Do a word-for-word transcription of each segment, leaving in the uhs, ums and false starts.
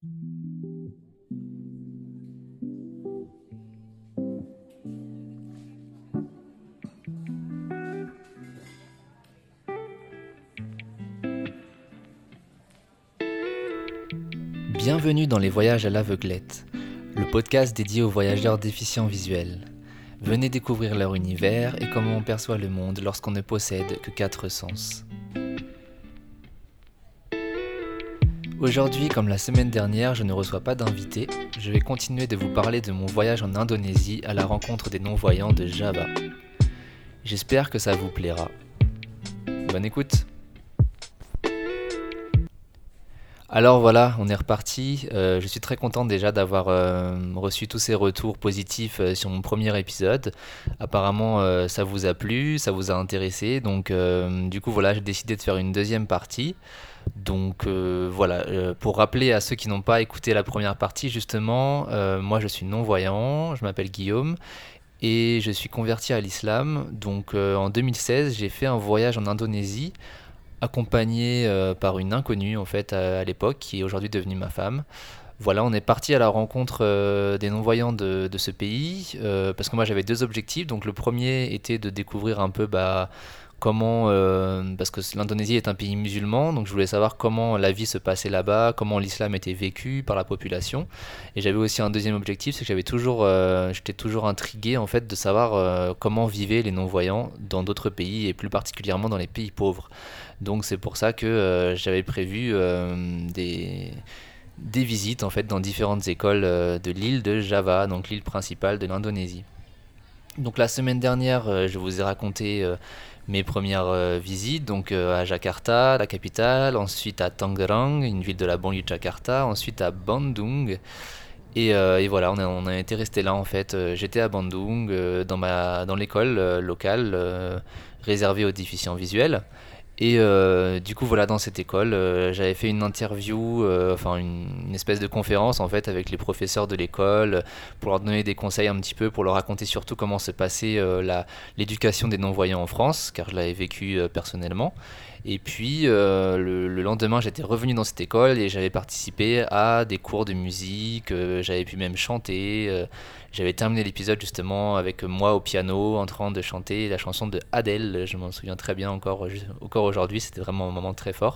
Bienvenue dans les Voyages à l'aveuglette, le podcast dédié aux voyageurs déficients visuels. Venez découvrir leur univers et comment on perçoit le monde lorsqu'on ne possède que quatre sens. Aujourd'hui, comme la semaine dernière, je ne reçois pas d'invité, je vais continuer de vous parler de mon voyage en Indonésie à la rencontre des non-voyants de Java. J'espère que ça vous plaira. Bonne écoute! Alors voilà, on est reparti. Euh, je suis très content déjà d'avoir euh, reçu tous ces retours positifs euh, sur mon premier épisode. Apparemment, euh, ça vous a plu, ça vous a intéressé. Donc, euh, du coup, voilà, j'ai décidé de faire une deuxième partie. Donc, euh, voilà, euh, pour rappeler à ceux qui n'ont pas écouté la première partie, justement, euh, moi je suis non-voyant, je m'appelle Guillaume et je suis converti à l'islam. Donc, euh, en deux mille seize, j'ai fait un voyage en Indonésie, accompagné euh, par une inconnue en fait à, à l'époque qui est aujourd'hui devenue ma femme. Voilà, on est parti à la rencontre euh, des non-voyants de, de ce pays euh, parce que moi j'avais deux objectifs. Donc le premier était de découvrir un peu bah, comment, euh, parce que l'Indonésie est un pays musulman, donc je voulais savoir comment la vie se passait là-bas, comment l'islam était vécu par la population. Et j'avais aussi un deuxième objectif, c'est que j'avais toujours, euh, j'étais toujours intrigué en fait de savoir euh, comment vivaient les non-voyants dans d'autres pays et plus particulièrement dans les pays pauvres. Donc c'est pour ça que euh, j'avais prévu euh, des, des visites en fait dans différentes écoles euh, de l'île de Java, donc l'île principale de l'Indonésie. Donc la semaine dernière, euh, je vous ai raconté euh, mes premières euh, visites, donc euh, à Jakarta, la capitale, ensuite à Tangerang, une ville de la banlieue de Jakarta, ensuite à Bandung. Et, euh, et voilà, on a, on a été resté là en fait. Euh, j'étais à Bandung, euh, dans, ma, dans l'école euh, locale euh, réservée aux déficients visuels. Et euh, du coup, voilà, dans cette école, euh, j'avais fait une interview, euh, enfin une, une espèce de conférence en fait avec les professeurs de l'école euh, pour leur donner des conseils un petit peu, pour leur raconter surtout comment se passait euh, la, l'éducation des non-voyants en France, car je l'avais vécu euh, personnellement. Et puis euh, le, le lendemain, j'étais revenu dans cette école et j'avais participé à des cours de musique, euh, j'avais pu même chanter. Euh, j'avais terminé l'épisode justement avec moi au piano en train de chanter la chanson de Adele, je m'en souviens très bien encore, encore aujourd'hui, c'était vraiment un moment très fort.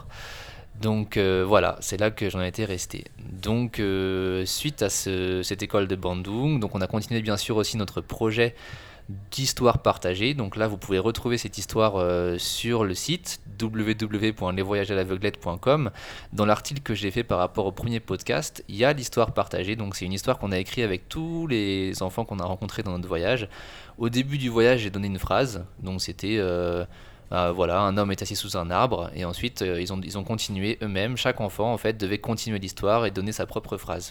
Donc euh, voilà, c'est là que j'en étais resté. Donc euh, suite à ce, cette école de Bandung, donc on a continué bien sûr aussi notre projet d'histoire partagée. Donc là, vous pouvez retrouver cette histoire euh, sur le site w w w point les voyages à l'aveuglette point com. Dans l'article que j'ai fait par rapport au premier podcast, il y a l'histoire partagée. Donc c'est une histoire qu'on a écrite avec tous les enfants qu'on a rencontrés dans notre voyage. Au début du voyage, j'ai donné une phrase. Donc c'était euh, euh, voilà, un homme est assis sous un arbre. Et ensuite, euh, ils ont, ils ont continué eux-mêmes. Chaque enfant, en fait, devait continuer l'histoire et donner sa propre phrase.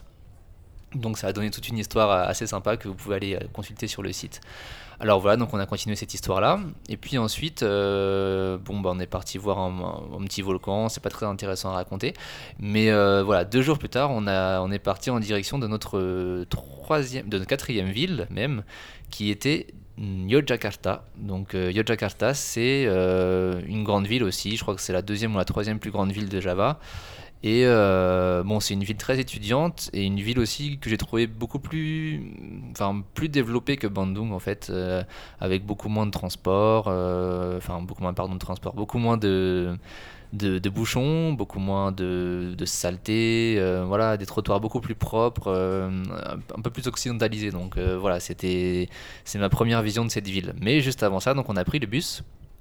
Donc ça a donné toute une histoire assez sympa que vous pouvez aller consulter sur le site. Alors voilà, donc on a continué cette histoire-là. Et puis ensuite, euh, bon, bah, on est parti voir un, un, un petit volcan, c'est pas très intéressant à raconter. Mais euh, voilà, deux jours plus tard, on, a, on est parti en direction de notre troisième, de notre quatrième ville même, qui était Yogyakarta. Donc euh, Yogyakarta, c'est euh, une grande ville aussi, je crois que c'est la deuxième ou la troisième plus grande ville de Java. Et euh, bon, c'est une ville très étudiante et une ville aussi que j'ai trouvé beaucoup plus, enfin, plus développée que Bandung en fait, euh, avec beaucoup moins de transport, euh, enfin beaucoup moins pardon de transport, beaucoup moins de de, de bouchons, beaucoup moins de, de saleté, euh, voilà, des trottoirs beaucoup plus propres, euh, un peu plus occidentalisés. Donc euh, voilà, c'était c'est ma première vision de cette ville. Mais juste avant ça, donc on a pris le bus.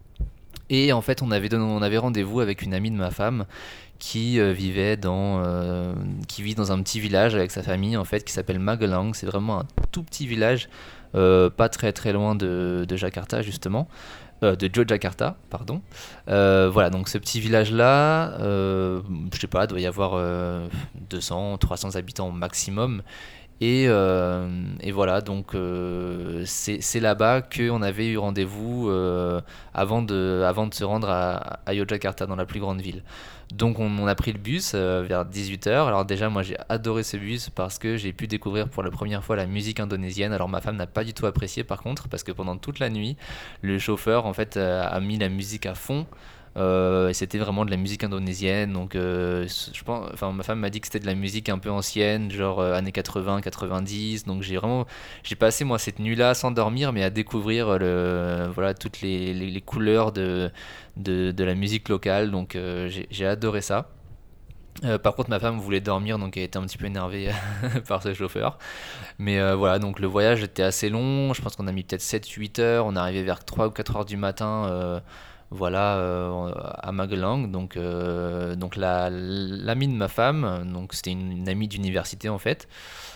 Et en fait, on avait, donné, on avait rendez-vous avec une amie de ma femme qui euh, vivait dans, euh, qui vit dans un petit village avec sa famille en fait, qui s'appelle Magelang. C'est vraiment un tout petit village, euh, pas très très loin de, de Jakarta justement, euh, de Yogyakarta, pardon. Euh, voilà, donc ce petit village-là, euh, je sais pas, doit y avoir euh, deux cents, trois cents habitants au maximum. Et, euh, et voilà, donc euh, c'est, c'est là-bas qu'on avait eu rendez-vous euh, avant, de, avant de se rendre à, à Yogyakarta, dans la plus grande ville. Donc on, on a pris le bus euh, vers dix-huit heures. Alors déjà, moi j'ai adoré ce bus parce que j'ai pu découvrir pour la première fois la musique indonésienne. Alors ma femme n'a pas du tout apprécié par contre, parce que pendant toute la nuit, le chauffeur en fait euh, a mis la musique à fond. Euh, et c'était vraiment de la musique indonésienne. Donc, euh, je pense, enfin, ma femme m'a dit que c'était de la musique un peu ancienne, genre euh, années quatre-vingts, quatre-vingt-dix. Donc, j'ai vraiment, j'ai passé moi cette nuit-là sans dormir, mais à découvrir le, voilà, toutes les, les- les couleurs de, de, de la musique locale. Donc, euh, j'ai j'ai adoré ça. Euh, par contre, ma femme voulait dormir, donc elle était un petit peu énervée par ce chauffeur. Mais euh, voilà, donc le voyage était assez long. Je pense qu'on a mis peut-être sept huit heures. On est arrivé vers trois ou quatre heures du matin, euh, voilà, euh, à Magelang. Donc, euh, donc la, l'amie de ma femme, donc c'était une, une amie d'université en fait,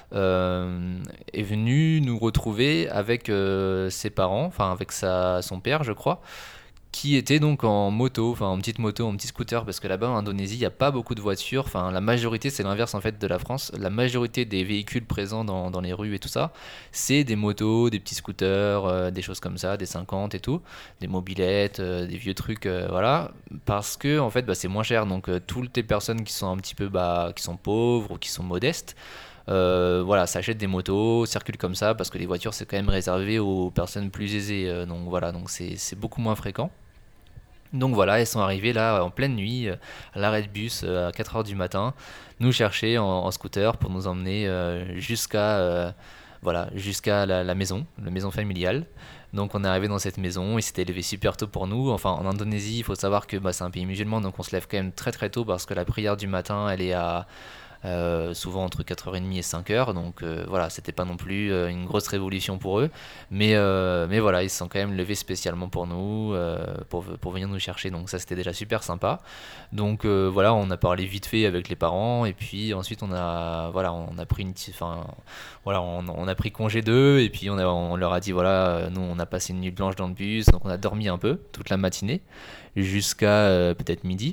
euh, est venue nous retrouver avec euh, ses parents, enfin avec sa, son père, je crois, qui était donc en moto, enfin en petite moto, en petit scooter, parce que là-bas en Indonésie, il n'y a pas beaucoup de voitures. Enfin, la majorité, c'est l'inverse en fait de la France. La majorité des véhicules présents dans, dans les rues et tout ça, c'est des motos, des petits scooters, euh, des choses comme ça, des cinquante et tout, des mobylettes, euh, des vieux trucs, euh, voilà. Parce que en fait, bah, c'est moins cher. Donc, euh, toutes les personnes qui sont un petit peu, bah, qui sont pauvres ou qui sont modestes, euh, voilà, s'achètent des motos, circulent comme ça, parce que les voitures, c'est quand même réservé aux personnes plus aisées. Euh, donc voilà, donc c'est c'est beaucoup moins fréquent. Donc voilà, ils sont arrivés là en pleine nuit, euh, à l'arrêt de bus euh, à quatre heures du matin, nous chercher en, en scooter pour nous emmener euh, jusqu'à euh, voilà, jusqu'à la, la maison, la maison familiale. Donc on est arrivé dans cette maison, il s'était levé super tôt pour nous. Enfin en Indonésie, il faut savoir que bah, c'est un pays musulman, donc on se lève quand même très très tôt parce que la prière du matin, elle est à euh, souvent entre quatre heures trente et cinq heures. Donc euh, voilà, c'était pas non plus euh, une grosse révolution pour eux. Mais, euh, mais voilà, ils se sont quand même levés spécialement pour nous, euh, pour, pour venir nous chercher. Donc ça, c'était déjà super sympa. Donc euh, voilà, on a parlé vite fait avec les parents. Et puis ensuite, on a, voilà, on a pris une petite- enfin, voilà, on, on a pris congé d'eux. Et puis on, a- on leur a dit, voilà, euh, nous, on a passé une nuit blanche dans le bus. Donc on a dormi un peu toute la matinée jusqu'à euh, peut-être midi.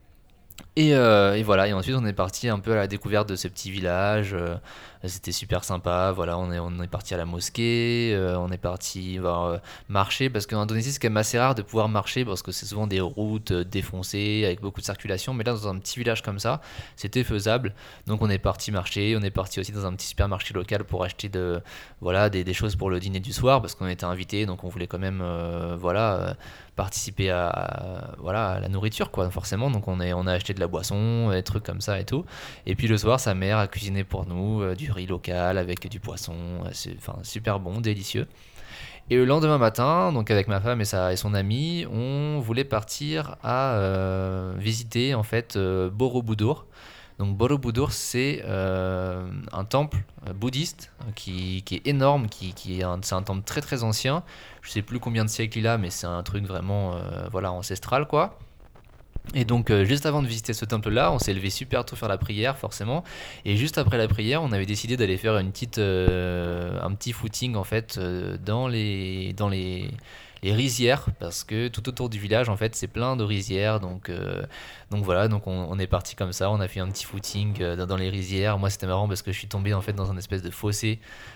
Et, euh, et voilà, et ensuite on est parti un peu à la découverte de ce petit village. Euh, c'était super sympa. Voilà, on est, on est parti à la mosquée, euh, on est parti voir, euh, marcher parce qu'en Indonésie c'est quand même assez rare de pouvoir marcher parce que c'est souvent des routes euh, défoncées avec beaucoup de circulation. Mais là, dans un petit village comme ça, c'était faisable. Donc on est parti marcher. On est parti aussi dans un petit supermarché local pour acheter de, voilà, des, des choses pour le dîner du soir parce qu'on était invités. Donc on voulait quand même, euh, voilà. euh, participer à, à- voilà, à la nourriture quoi forcément, donc on, est, on a acheté de la boisson, des trucs comme ça et tout, et puis le soir sa mère a cuisiné pour nous euh, du riz local avec du poisson, euh, c'est enfin super bon, délicieux. Et le lendemain matin, donc avec ma femme et, sa, et son ami, on voulait partir à euh, visiter en fait euh, Borobudur. Donc Borobudur, c'est euh, un temple euh, bouddhiste qui, qui est énorme, qui, qui est un, c'est un temple très très ancien. Je sais plus combien de siècles il a, mais c'est un truc vraiment euh, voilà, ancestral quoi. Et donc, euh, juste avant de visiter ce temple-là, on s'est levé super tôt faire la prière, forcément. Et juste après la prière, on avait décidé d'aller faire une petite, euh, un petit footing, en fait, euh, dans les, dans les, les rizières. Parce que tout autour du village, en fait, c'est plein de rizières. Donc, euh, donc voilà, donc on, on est parti comme ça. On a fait un petit footing euh, dans, dans les rizières. Moi, c'était marrant parce que je suis tombé, en fait, dans un espèce de fossé.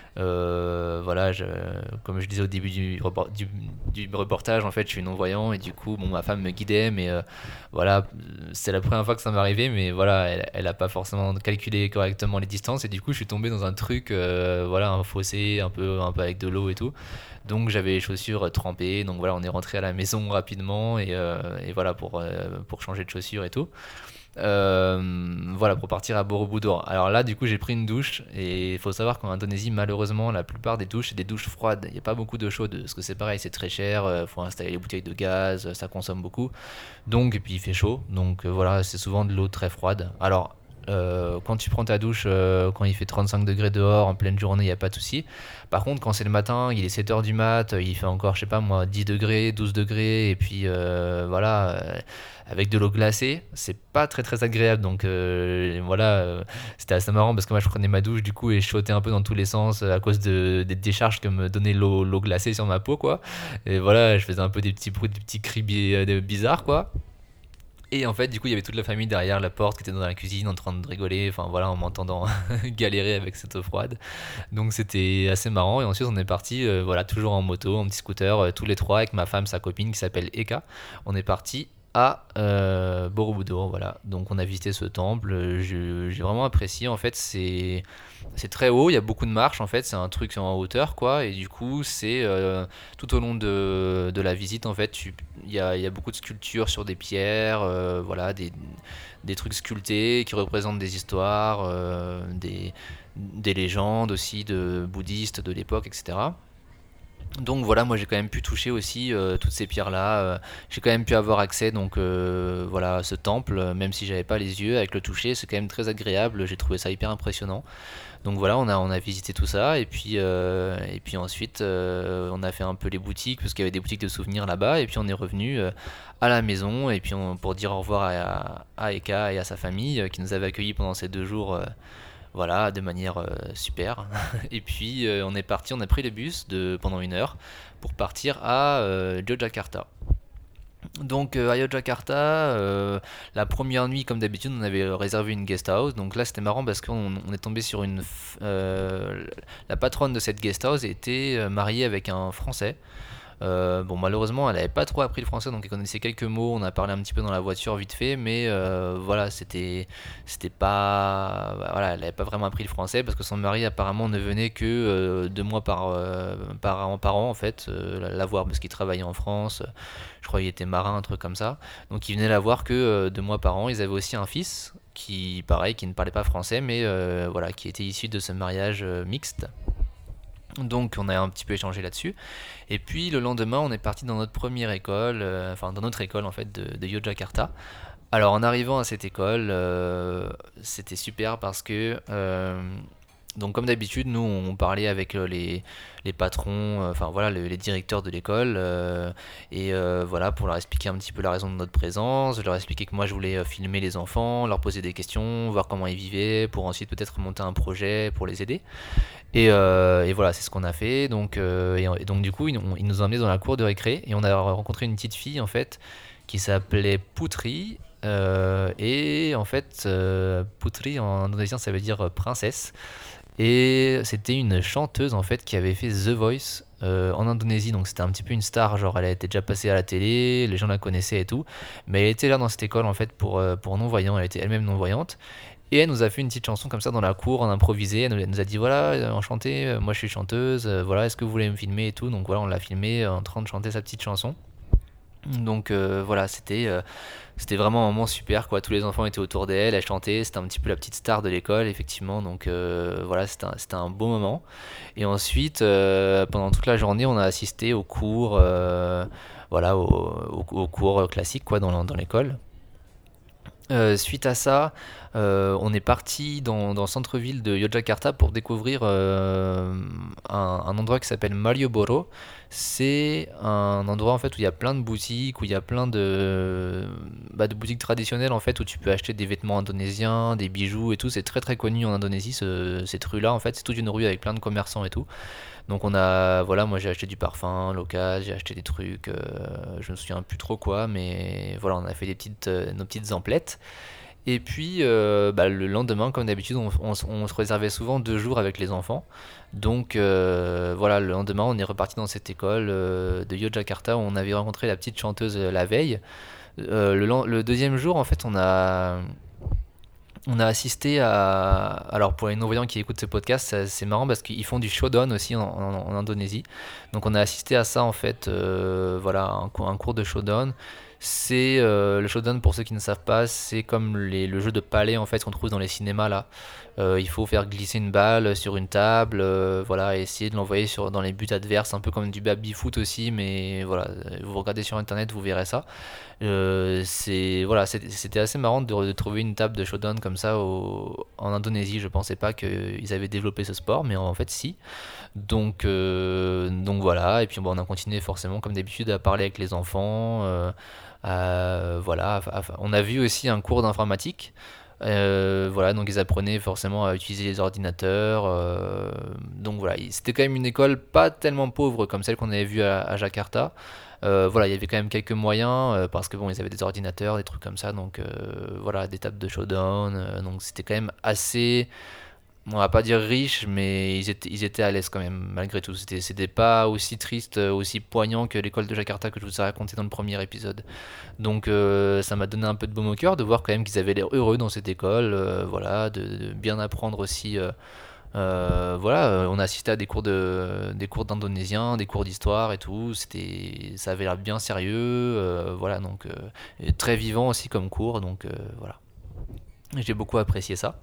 Euh, voilà, je- comme je disais au début du, repor- du, du reportage, en fait, je suis non-voyant et du coup, bon, ma femme me guidait, mais euh, voilà, c'est la première fois que ça m'est arrivé, mais voilà, elle, elle a pas forcément calculé correctement les distances et du coup, je suis tombé dans un truc, euh, voilà, un fossé, un peu, un peu avec de l'eau et tout. Donc, j'avais les chaussures trempées, donc voilà, on est rentré à la maison rapidement et, euh, et voilà pour, euh, pour changer de chaussures et tout. Euh, voilà, pour partir à Borobudur. Alors là, du coup, j'ai pris une douche et il faut savoir qu'en Indonésie, malheureusement, la plupart des douches, c'est des douches froides. Il n'y a pas beaucoup de chaudes parce que c'est pareil, c'est très cher. Il faut installer les bouteilles de gaz, ça consomme beaucoup. Donc, et puis il fait chaud. Donc euh, voilà, c'est souvent de l'eau très froide. Alors, euh, quand tu prends ta douche, euh, quand il fait trente-cinq degrés dehors, en pleine journée, il n'y a pas de souci. Par contre, quand c'est le matin, il est sept heures du mat, il fait encore, je sais pas moi, dix degrés, douze degrés, et puis euh, voilà, euh, avec de l'eau glacée, c'est pas très très agréable. Donc euh, voilà, euh, c'était assez marrant parce que moi je prenais ma douche du coup et je sautais un peu dans tous les sens euh, à cause de, des décharges que me donnait l'eau, l'eau glacée sur ma peau, quoi. Et voilà, je faisais un peu des petits bruits, des petits cris bi- euh, bizarres, quoi. Et en fait, du coup, il y avait toute la famille derrière la porte qui était dans la cuisine en train de rigoler, enfin voilà, en m'entendant galérer avec cette eau froide. Donc c'était assez marrant. Et ensuite, on est parti, euh, voilà, toujours en moto, en petit scooter, euh, tous les trois, avec ma femme, sa copine qui s'appelle Eka. On est parti à euh, Borobudur, voilà. Donc on a visité ce temple, euh, je- j'ai vraiment apprécié. En fait, c'est c'est très haut, il y a beaucoup de marches. En fait, c'est un truc en hauteur, quoi. Et du coup, c'est euh, tout au long de, de la visite, en fait, tu- il y a, il y a beaucoup de sculptures sur des pierres, euh, voilà, des, des trucs sculptés qui représentent des histoires, euh, des, des légendes aussi de bouddhistes de l'époque, et cetera. Donc voilà, moi j'ai quand même pu toucher aussi euh, toutes ces pierres-là. euh, j'ai quand même pu avoir accès donc euh, voilà à ce temple, euh, même si j'avais pas les yeux avec le toucher, c'est quand même très agréable. J'ai trouvé ça hyper impressionnant. Donc voilà, on a on a visité tout ça et puis euh, et puis ensuite euh, on a fait un peu les boutiques parce qu'il y avait des boutiques de souvenirs là-bas et puis on est revenu euh, à la maison et puis on- pour dire au revoir à, à Eka et à sa famille euh, qui nous avait accueillis pendant ces deux jours. euh, voilà, de manière euh, super. Et puis euh, on est parti, on a pris le bus de, pendant une heure pour partir à euh, Yogyakarta. Donc euh, à Yogyakarta, euh, la première nuit, comme d'habitude, on avait réservé une guest house. Donc là, c'était marrant parce qu'on on est tombé sur une. f- euh, la patronne de cette guest house était euh, mariée avec un Français. Euh, bon, malheureusement, elle avait pas trop appris le français, donc elle connaissait quelques mots. On a parlé un petit peu dans la voiture vite fait, mais euh, voilà, c'était, c'était pas, voilà, elle avait pas vraiment appris le français parce que son mari apparemment ne venait que euh, deux mois par euh, par an, par an en fait, euh, la, la voir parce qu'il travaillait en France. Je crois qu'il était marin, un truc comme ça. Donc il venait la voir que euh, deux mois par an. Ils avaient aussi un fils qui, pareil, qui ne parlait pas français, mais euh, voilà, qui était issu de ce mariage euh, mixte. Donc on a un petit peu échangé là-dessus. Et puis le lendemain, on est parti dans notre première école, euh, enfin dans notre école en fait de, de Yogyakarta. Alors en arrivant à cette école, euh, c'était super parce que euh, donc comme d'habitude, nous on parlait avec euh, les, les patrons, euh, enfin voilà, les, les directeurs de l'école, euh, et euh, voilà pour leur expliquer un petit peu la raison de notre présence. Je leur expliquais que moi je voulais euh, filmer les enfants, leur poser des questions, voir comment ils vivaient, pour ensuite peut-être monter un projet pour les aider. Et, euh, et voilà, c'est ce qu'on a fait. Donc, euh, et, et donc du coup, ils, nous- ils nous ont emmenés dans la cour de récré et on a rencontré une petite fille en fait qui s'appelait Putri. Euh, et en fait, euh, Putri en indonésien ça veut dire euh, princesse. Et c'était une chanteuse en fait qui avait fait The Voice euh, en Indonésie. Donc c'était un petit peu une star, genre elle était déjà passée à la télé, les gens la connaissaient et tout. Mais elle était là dans cette école en fait pour, euh, pour non-voyants, elle était elle-même non-voyante. Et elle nous a fait une petite chanson comme ça dans la cour, en improvisé. Elle nous, elle nous a dit voilà, euh, enchanté, euh, moi je suis chanteuse, euh, voilà, est-ce que vous voulez me filmer et tout. Donc voilà, on l'a filmé euh, en train de chanter sa petite chanson. Donc euh, voilà, c'était euh, c'était vraiment un moment super quoi. Tous les enfants étaient autour d'elle, elle chantait, c'était un petit peu la petite star de l'école effectivement. Donc euh, voilà, c'était un, c'était un beau moment. Et ensuite, euh, pendant toute la journée, on a assisté aux cours, euh, voilà, aux, aux- aux cours classiques quoi dans, dans l'école. Euh, suite à ça, euh, on est parti dans, dans le centre-ville de Yogyakarta pour découvrir euh, un, un endroit qui s'appelle Malioboro. C'est un endroit en fait où il y a plein de boutiques, où il y a plein de, bah, de boutiques traditionnelles en fait où tu peux acheter des vêtements indonésiens, des bijoux et tout. C'est très très connu en Indonésie ce- cette rue-là en fait. C'est toute une rue avec plein de commerçants et tout. Donc on a, voilà, moi j'ai acheté du parfum local, j'ai acheté des trucs, euh, je me souviens plus trop quoi, mais voilà, on a fait des petites, euh, nos petites emplettes. Et puis euh, bah, le lendemain, comme d'habitude, on, on s- on se réservait souvent deux jours avec les enfants. Donc euh, voilà, le lendemain, on est reparti dans cette école euh, de Yogyakarta où on avait rencontré la petite chanteuse euh, la veille. Euh, le, len- le deuxième jour, en fait, on a, on a assisté à. Alors, pour les non-voyants qui écoutent ce podcast, ça- c'est marrant parce qu'ils font du shodon aussi en, en- en Indonésie. Donc, on a assisté à ça en fait. Euh, voilà, un, cours- un cours de shodon. C'est euh, le shodon, pour ceux qui ne savent pas, c'est comme les- le jeu de palais en fait qu'on trouve dans les cinémas là. Euh, il faut faire glisser une balle sur une table, euh, voilà, et essayer de l'envoyer sur dans les buts adverses, un peu comme du baby-foot aussi, mais voilà, vous regardez sur internet, vous verrez ça. Euh, c'est voilà, c'est- c'était assez marrant de, de trouver une table de showdown comme ça au- en Indonésie. Je pensais pas qu'ils avaient développé ce sport, mais en fait si. Donc euh, donc voilà. Et puis bon, on a continué forcément comme d'habitude à parler avec les enfants. Euh, à- voilà. à- à- on a vu aussi un cours d'informatique. Euh, voilà, donc ils apprenaient forcément à utiliser les ordinateurs. Euh, donc voilà, c'était quand même une école pas tellement pauvre comme celle qu'on avait vue à, à Jakarta. Euh, voilà, il y avait quand même quelques moyens euh, parce que bon, ils avaient des ordinateurs, des trucs comme ça. Donc euh, voilà, des tables de showdown. Euh, donc c'était quand même assez, on va pas dire riches, mais ils étaient, ils étaient à l'aise quand même, malgré tout. C'était, c'était pas aussi triste, euh, aussi poignant que l'école de Jakarta que je vous ai raconté dans le premier épisode. Donc euh, ça m'a donné un peu de baume au cœur de voir quand même qu'ils avaient l'air heureux dans cette école, euh, voilà, de, de bien apprendre aussi. Euh, euh, voilà, euh, on a assisté à des cours de, des cours d'indonésien, des cours d'histoire et tout. C'était, ça avait l'air bien sérieux, euh, voilà, donc euh, et très vivant aussi comme cours, donc euh, voilà. J'ai beaucoup apprécié ça.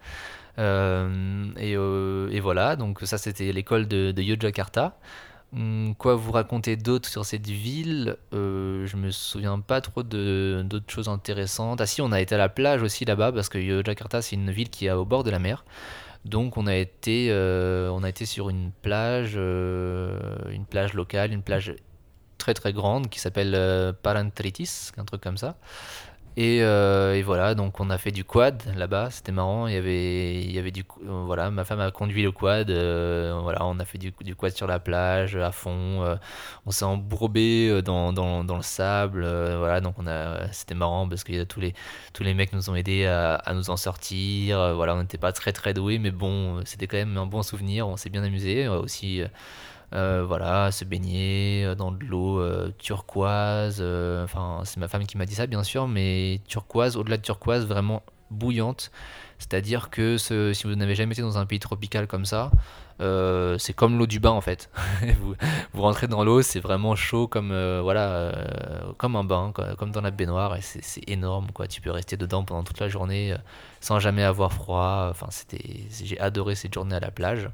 Euh, et, euh, et voilà, donc ça c'était l'école de, de Yogyakarta. Hum, Quoi vous raconter d'autre sur cette ville? Euh, Je me souviens pas trop de d'autres choses intéressantes. Ah si, on a été à la plage aussi là-bas parce que Yogyakarta c'est une ville qui est au bord de la mer. Donc on a été, euh, on a été sur une plage, euh, une plage locale, une plage très très grande qui s'appelle euh, Parantritis, un truc comme ça. Et, euh, et voilà, donc on a fait du quad là-bas, c'était marrant. Il y avait, il y avait du, euh, voilà, ma femme a conduit le quad. Euh, voilà, on a fait du, du quad sur la plage à fond. Euh, on s'est embourbé euh, dans, dans, dans le sable. Euh, voilà, donc on a, c'était marrant parce que tous les, tous les mecs nous ont aidés à, à nous en sortir. Euh, voilà, on n'était pas très très doués, mais bon, c'était quand même un bon souvenir. On s'est bien amusé euh, aussi. Euh, euh, voilà, se baigner euh, dans de l'eau euh, turquoise. euh, Enfin, c'est ma femme qui m'a dit ça, bien sûr, mais turquoise, au-delà de turquoise, vraiment bouillante. C'est-à-dire que ce- si vous n'avez jamais été dans un pays tropical comme ça, euh, c'est comme l'eau du bain en fait. vous, vous rentrez dans l'eau, c'est vraiment chaud comme euh, voilà, euh, comme un bain, quoi, comme dans la baignoire, et c'est c'est énorme quoi. Tu peux rester dedans pendant toute la journée euh, sans jamais avoir froid. Enfin, c'était, j'ai adoré cette journée à la plage.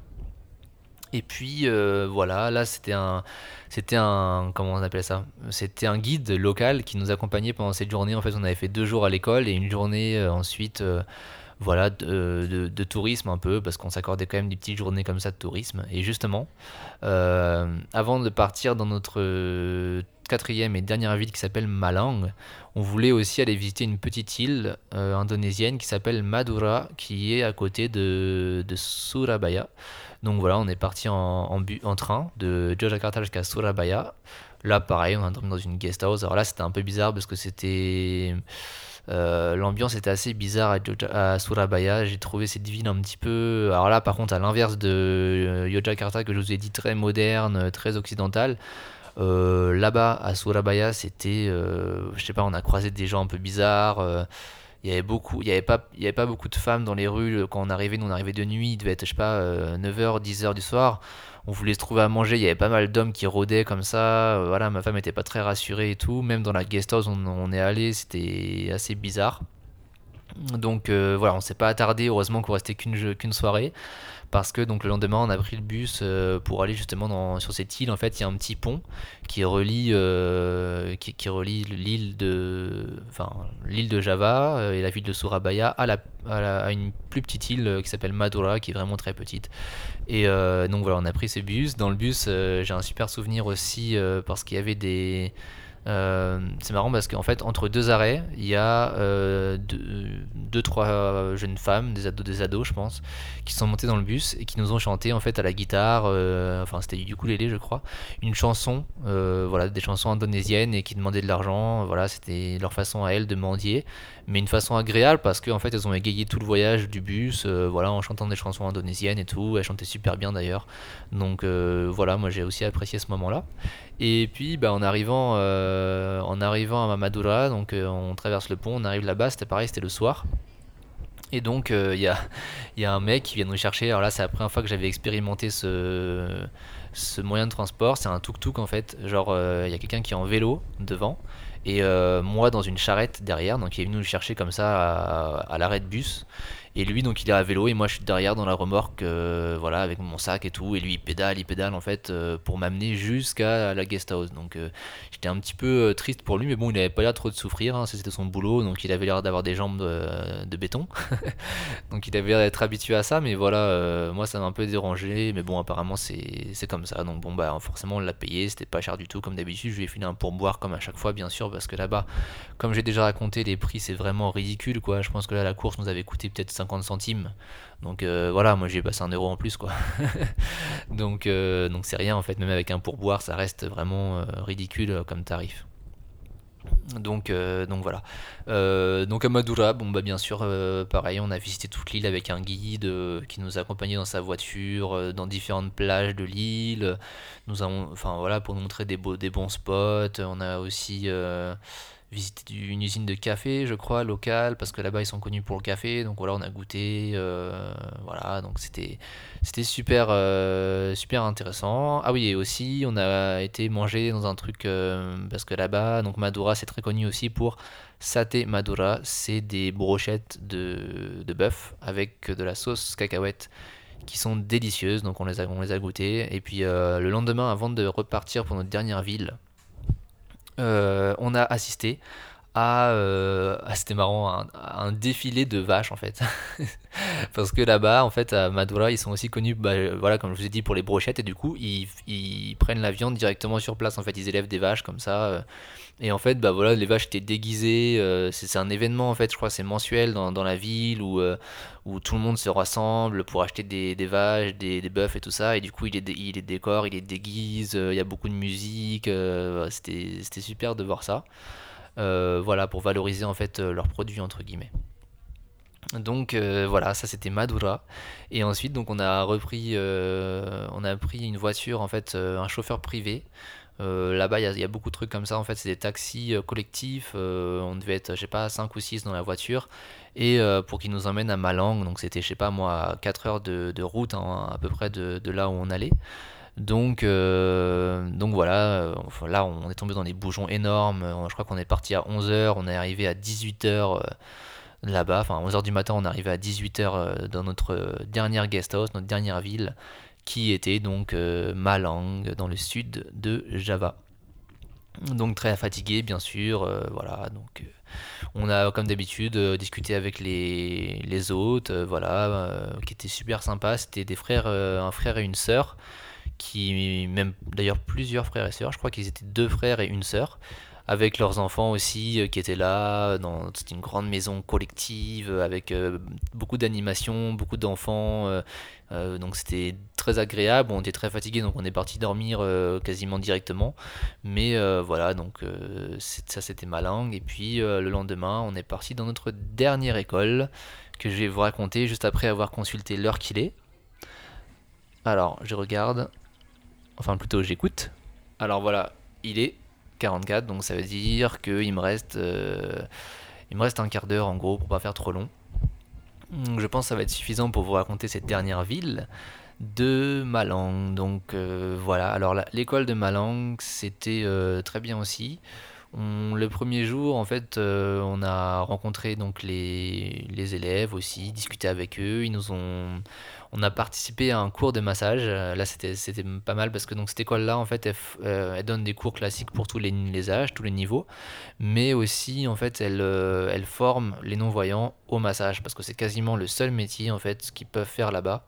Et puis euh, voilà, là c'était un, c'était un, comment on appelle ça? C'était un guide local qui nous accompagnait pendant cette journée. En fait, on avait fait deux jours à l'école et une journée euh, ensuite, euh, voilà, de, de- de tourisme un peu, parce qu'on s'accordait quand même des petites journées comme ça de tourisme. Et justement, euh, avant de partir dans notre euh, quatrième et dernière ville qui s'appelle Malang, on voulait aussi aller visiter une petite île euh, indonésienne qui s'appelle Madura, qui est à côté de, de Surabaya. Donc voilà, on est parti en, en, bu- en train de Yogyakarta jusqu'à Surabaya. Là, pareil, on a dormi dans une guest house. Alors là, c'était un peu bizarre parce que c'était. Euh, l'ambiance était assez bizarre à, Jogja- à Surabaya. J'ai trouvé cette ville un petit peu. Alors là, par contre, à l'inverse de euh, Yogyakarta, que je vous ai dit très moderne, très occidentale. Euh, là-bas, à Surabaya, c'était. Euh, je sais pas, on a croisé des gens un peu bizarres. euh, il y avait beaucoup, il y avait pas, il y avait pas beaucoup de femmes dans les rues quand on arrivait. Nous, on arrivait de nuit, il devait être, je sais pas, euh, neuf heures, dix heures du soir. On voulait se trouver à manger, il y avait pas mal d'hommes qui rôdaient comme ça. Euh, voilà, ma femme était pas très rassurée et tout. Même dans la guest house, on, on est allé, c'était assez bizarre. Donc euh, voilà, on s'est pas attardé. Heureusement qu'on restait qu'une jeu- qu'une soirée parce que donc le lendemain on a pris le bus euh, pour aller justement dans, sur cette île. En fait, il y a un petit pont qui relie euh, qui, qui relie l'île de enfin l'île de Java euh, et la ville de Surabaya à la, à la- à une plus petite île euh, qui s'appelle Madura, qui est vraiment très petite. Et euh, donc voilà, on a pris ce bus. Dans le bus, euh, j'ai un super souvenir aussi euh, parce qu'il y avait des euh, c'est marrant parce qu'en fait, entre deux arrêts, il y a euh, deux, deux, trois jeunes femmes, des ados, des ados, je pense, qui sont montées dans le bus et qui nous ont chanté en fait à la guitare, euh, enfin c'était du ukulélé, je crois, une chanson, euh, voilà, des chansons indonésiennes et qui demandaient de l'argent. Voilà, c'était leur façon à elles de mendier, mais une façon agréable parce qu'en fait, elles ont égayé tout le voyage du bus, euh, voilà, en chantant des chansons indonésiennes et tout. Elles chantaient super bien d'ailleurs. Donc euh, voilà, moi j'ai aussi apprécié ce moment-là. Et puis, bah, en arrivant, euh, en arrivant à Madura, donc euh, on traverse le pont, on arrive là-bas, c'était pareil, c'était le soir. Et donc, euh, il y a, il y a un mec qui vient nous chercher. Alors là, c'est la première fois que j'avais expérimenté ce, ce moyen de transport. C'est un tuk-tuk en fait. Genre, euh, il y a quelqu'un qui est en vélo devant et euh, moi dans une charrette derrière. Donc, il est venu nous chercher comme ça à, à l'arrêt de bus. Et lui, donc, il est à vélo et moi, je suis derrière dans la remorque, euh, voilà, avec mon sac et tout. Et lui, il pédale, il pédale en fait euh, pour m'amener jusqu'à la guest house. Donc, euh, j'étais un petit peu euh, triste pour lui, mais bon, il avait pas l'air trop de souffrir, hein, c'était son boulot, donc il avait l'air d'avoir des jambes euh, de béton. Donc il avait l'air d'être habitué à ça, mais voilà, euh, moi ça m'a un peu dérangé, mais bon, apparemment c'est c'est comme ça. Donc bon, bah forcément on l'a payé, c'était pas cher du tout comme d'habitude. Je lui ai filé un pourboire comme à chaque fois, bien sûr, parce que là-bas, comme j'ai déjà raconté, les prix c'est vraiment ridicule, quoi. Je pense que là la course nous avait coûté peut-être cinquante centimes. Donc euh, voilà, moi j'ai passé un euro en plus, quoi. Donc euh, donc c'est rien en fait, même avec un pourboire, ça reste vraiment euh, ridicule euh, comme tarif. Donc, euh, donc voilà. Euh, donc à Madura, bon bah bien sûr, euh, pareil, on a visité toute l'île avec un guide euh, qui nous a accompagnés dans sa voiture, euh, dans différentes plages de l'île. Nous avons, enfin voilà, pour nous montrer des beaux, des bons spots. On a aussi euh, visité du- une usine de café, je crois, locale, parce que là-bas ils sont connus pour le café. Donc voilà, on a goûté, euh, voilà, donc c'était, c'était super, euh, super intéressant. Ah oui, et aussi on a été manger dans un truc euh, parce que là-bas, donc Madura, c'est très connu aussi pour Saté Madura, c'est des brochettes de, de bœuf avec de la sauce cacahuète qui sont délicieuses. Donc on les a, on les a goûtées. Et puis euh, le lendemain, avant de repartir pour notre dernière ville, euh, on a assisté à, euh, ah, c'était marrant, un, un défilé de vaches en fait. Parce que là-bas, en fait, à Madura, ils sont aussi connus, bah, euh, voilà, comme je vous ai dit, pour les brochettes, et du coup, ils, ils prennent la viande directement sur place. En fait, ils élèvent des vaches comme ça. euh, et en fait, bah voilà, les vaches étaient déguisées. euh, c'est c'est un événement, en fait, je crois, c'est mensuel dans, dans la ville où, euh, où tout le monde se rassemble pour acheter des, des vaches, des, des bœufs et tout ça. Et du coup, il les, dé- il les décore, il les déguise. euh, Il y a beaucoup de musique. euh, c'était, c'était super de voir ça. Euh, voilà, pour valoriser en fait euh, leurs produits entre guillemets. Donc euh, voilà, ça c'était Madura. Et ensuite donc on a repris, euh, on a pris une voiture en fait, euh, un chauffeur privé. Euh, là-bas il y, a- il y a beaucoup de trucs comme ça en fait, c'est des taxis euh, collectifs. Euh, on devait être je sais pas cinq ou six dans la voiture et euh, pour qu'ils nous emmènent à Malang. Donc c'était je sais pas moi quatre heures de, de route hein, à peu près de, de là où on allait. Donc, euh, donc voilà, euh, enfin, là on est tombé dans des bouchons énormes. Euh, Je crois qu'on est parti à onze heures, on est arrivé à dix-huit heures là-bas. Enfin, à onze heures du matin, on est arrivé à dix-huit heures euh, dans notre euh, dernière guest house, notre dernière ville, qui était donc euh, Malang, dans le sud de Java. Donc très fatigué, bien sûr. Euh, voilà, donc euh, on a comme d'habitude euh, discuté avec les, les hôtes, euh, voilà, euh, qui étaient super sympas. C'était des frères, euh, un frère et une sœur qui même d'ailleurs plusieurs frères et sœurs, je crois qu'ils étaient deux frères et une sœur, avec leurs enfants aussi euh, qui étaient là. Dans, c'était une grande maison collective euh, avec euh, beaucoup d'animation, beaucoup d'enfants. euh, euh, donc c'était très agréable. On était très fatigués, donc on est parti dormir euh, quasiment directement. Mais euh, voilà, donc euh, c'est- ça c'était ma langue. Et puis euh, le lendemain, on est parti dans notre dernière école que je vais vous raconter juste après avoir consulté l'heure qu'il est. Alors, je regarde. Enfin, plutôt, j'écoute. Alors voilà, il est quarante-quatre, donc ça veut dire qu'il me reste, euh, il me reste un quart d'heure en gros pour pas faire trop long. Donc, je pense que ça va être suffisant pour vous raconter cette dernière ville de Malang. Donc euh, voilà, alors la- l'école de Malang, c'était euh, très bien aussi. On- le premier jour, en fait, euh, on a rencontré donc les, les élèves aussi, discuté avec eux. Ils nous ont, on a participé à un cours de massage. Euh, Là, c'était c'était pas mal parce que donc cette école-là, en fait, elle, f- euh, elle donne des cours classiques pour tous les, les âges, tous les niveaux, mais aussi, en fait, elle, euh, elle forme les non-voyants au massage parce que c'est quasiment le seul métier en fait qu'ils peuvent faire là-bas.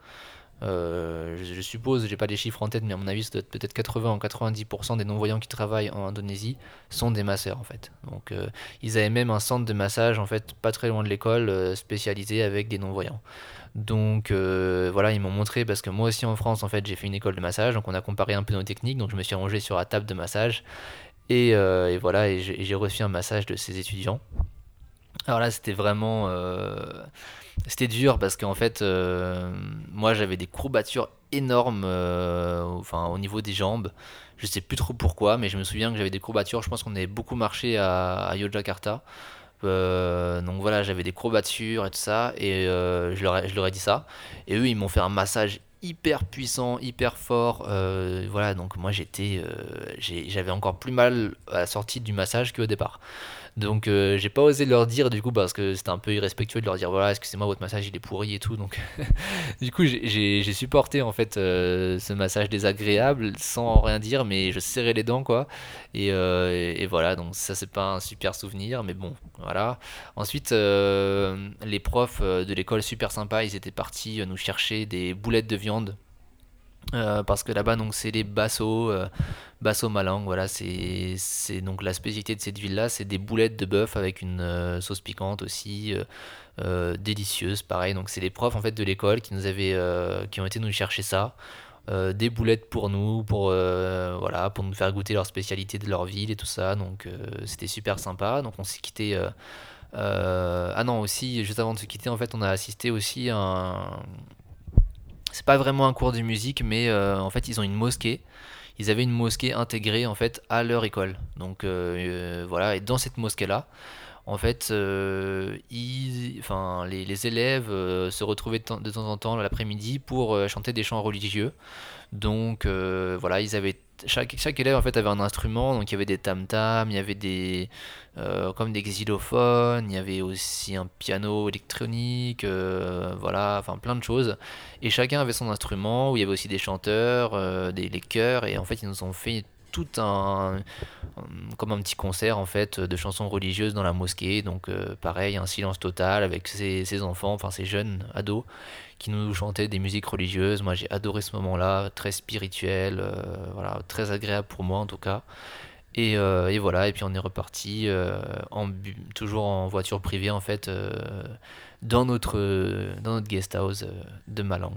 Euh, je, je suppose, j'ai pas les chiffres en tête, mais à mon avis, c'est peut-être quatre-vingts ou quatre-vingt-dix pour cent des non-voyants qui travaillent en Indonésie sont des masseurs en fait. Donc, euh, ils avaient même un centre de massage en fait pas très loin de l'école, euh, spécialisé avec des non-voyants. Donc euh, voilà, ils m'ont montré parce que moi aussi en France en fait j'ai fait une école de massage, donc on a comparé un peu nos techniques, donc je me suis rangé sur la table de massage et, euh, et voilà, et j'ai j'ai reçu un massage de ces étudiants. Alors là, c'était vraiment, euh, c'était dur parce qu'en fait, euh, moi j'avais des courbatures énormes, euh, enfin au niveau des jambes. Je sais plus trop pourquoi, mais je me souviens que j'avais des courbatures. Je pense qu'on avait beaucoup marché à, à Yogyakarta. Euh, donc voilà, j'avais des courbatures et tout ça, et euh, je, leur ai, je leur ai dit ça. Et eux, ils m'ont fait un massage hyper puissant, hyper fort. Euh, voilà, donc moi j'étais, euh, j'ai- j'avais encore plus mal à la sortie du massage qu'au départ. Donc euh, j'ai pas osé leur dire du coup parce que c'était un peu irrespectueux de leur dire voilà excusez-moi votre massage il est pourri et tout donc du coup j'ai j'ai- j'ai supporté en fait euh, ce massage désagréable sans rien dire mais je serrais les dents quoi et, euh, et- et voilà donc ça c'est pas un super souvenir mais bon voilà. Ensuite euh, les profs euh, de l'école super sympas ils étaient partis euh, nous chercher des boulettes de viande euh, parce que là-bas, donc, c'est les bassos, euh, basso Malang. Voilà, c'est c'est donc la spécialité de cette ville-là, c'est des boulettes de bœuf avec une euh, sauce piquante aussi, euh, euh, délicieuse. Pareil, donc c'est les profs en fait de l'école qui nous avaient, euh, qui ont été nous chercher ça. euh, des boulettes pour nous, pour, euh, voilà, pour nous faire goûter leurs spécialités de leur ville et tout ça. Donc euh, c'était super sympa. Donc on s'est quitté. Euh, euh, ah non, aussi, juste avant de se quitter, en fait, on a assisté aussi à un. C'est pas vraiment un cours de musique, mais euh, en fait, ils ont une mosquée. Ils avaient une mosquée intégrée en fait à leur école. Donc euh, euh, voilà, et dans cette mosquée-là, en fait, euh, ils, enfin, les, les élèves euh, se retrouvaient de temps, de temps en temps l'après-midi pour euh, chanter des chants religieux. Donc euh, voilà, ils avaient chaque, chaque élève en fait avait un instrument, donc il y avait des tam-tams, il y avait des euh, comme des xylophones, il y avait aussi un piano électronique, euh, voilà, enfin plein de choses. Et chacun avait son instrument, où il y avait aussi des chanteurs, euh, des les chœurs, et en fait ils nous ont fait tout un comme un petit concert en fait de chansons religieuses dans la mosquée. Donc euh, pareil, un silence total avec ces, ces enfants, enfin ces jeunes ados qui nous chantaient des musiques religieuses. Moi j'ai adoré ce moment-là, très spirituel, euh, voilà, très agréable pour moi en tout cas. Et, euh, et voilà, et puis on est reparti euh, en bu- toujours en voiture privée en fait euh, dans notre dans notre guest house euh, de Malang.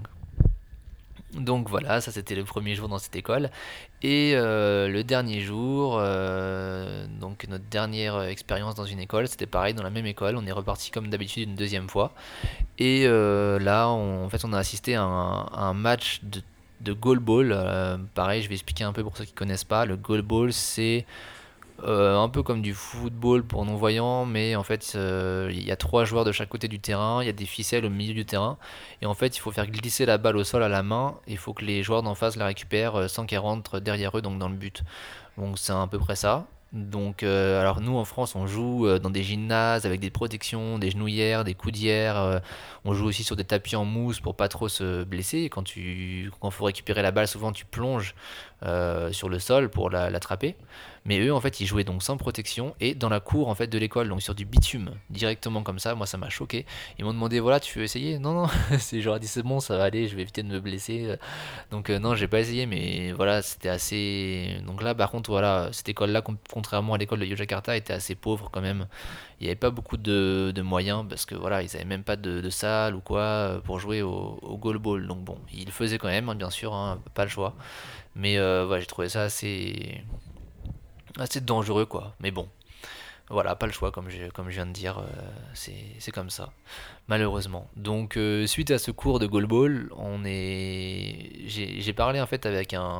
Donc voilà, ça c'était le premier jour dans cette école. Et euh, le dernier jour, euh, donc notre dernière expérience dans une école, c'était pareil dans la même école. On est reparti comme d'habitude une deuxième fois. Et euh, là, on- en fait, on a assisté à un, à un match de, de goalball. Euh, pareil, je vais expliquer un peu pour ceux qui connaissent pas. Le goalball, c'est euh, un peu comme du football pour non-voyants, mais en fait, euh, il y a trois joueurs de chaque côté du terrain, il y a des ficelles au milieu du terrain, et en fait, il faut faire glisser la balle au sol à la main, et il faut que les joueurs d'en face la récupèrent euh, sans qu'elle rentre derrière eux, donc dans le but. Donc c'est à peu près ça. Donc, euh, alors nous en France, on joue euh, dans des gymnases avec des protections, des genouillères, des coudières. Euh, on joue aussi sur des tapis en mousse pour pas trop se blesser. Et Quand tu, quand faut récupérer la balle, souvent tu plonges euh, sur le sol pour la- l'attraper. Mais eux, en fait, ils jouaient donc sans protection et dans la cour en fait de l'école, donc sur du bitume, directement comme ça. Moi, ça m'a choqué. Ils m'ont demandé, voilà, tu veux essayer? Non, non. C'est genre dit c'est bon, ça va aller, je vais éviter de me blesser. Donc euh, non, j'ai pas essayé, mais voilà, c'était assez. Donc là, par contre, voilà, cette école-là, com- contrairement à l'école de Yogyakarta, était assez pauvre quand même. Il n'y avait pas beaucoup de, de moyens parce que voilà, ils avaient même pas de, de salle ou quoi euh, pour jouer au, au goalball. Donc bon, ils le faisaient quand même, hein, bien sûr, hein, pas le choix. Mais euh, ouais, j'ai trouvé ça assez assez dangereux quoi. Mais bon, voilà, pas le choix comme je, comme je viens de dire, euh, c'est c'est comme ça, malheureusement. Donc euh, suite à ce cours de goalball, on est j'ai j'ai parlé en fait avec un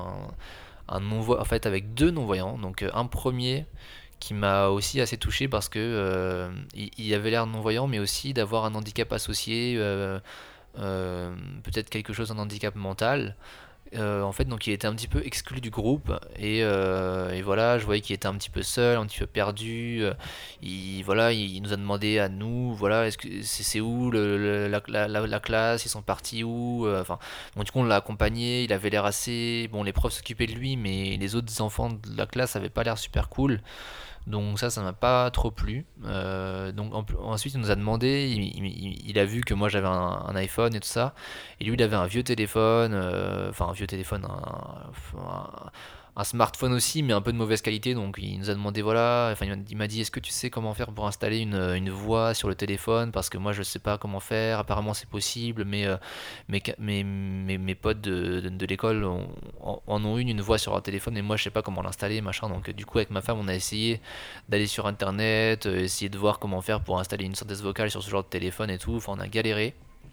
un non en fait avec deux non-voyants. Donc euh, un premier qui m'a aussi assez touché parce que euh, il, il avait l'air non-voyant mais aussi d'avoir un handicap associé, euh, euh, peut-être quelque chose, un handicap mental. Euh, en fait, donc il était un petit peu exclu du groupe et, euh, et voilà, je voyais qu'il était un petit peu seul, un petit peu perdu. euh, Il, voilà, il nous a demandé à nous, voilà, est-ce que c'est c'est où le- le- la, la- la- la classe, ils sont partis où, euh, enfin, donc du coup on l'a accompagné, il avait l'air assez, bon, les profs s'occupaient de lui, mais les autres enfants de la classe avaient pas l'air super cool. Donc ça, ça m'a pas trop plu. Euh, donc en plus- ensuite, il nous a demandé, il, il- il a vu que moi j'avais un, un iPhone et tout ça, et lui il avait un vieux téléphone, euh, enfin un vieux téléphone, un, un- un smartphone aussi, mais un peu de mauvaise qualité. Donc il nous a demandé, voilà, enfin il m'a il m'a dit, est-ce que tu sais comment faire pour installer une, une voix sur le téléphone? Parce que moi je sais pas comment faire. Apparemment c'est possible, mais euh, mes, ca- mes, mes, mes potes de, de, de l'école ont- en, en ont une, une voix sur leur téléphone, et moi je sais pas comment l'installer, machin. Donc euh, du coup avec ma femme on a essayé d'aller sur internet, euh, essayer de voir comment faire pour installer une synthèse vocale sur ce genre de téléphone et tout. Enfin, on a galéré.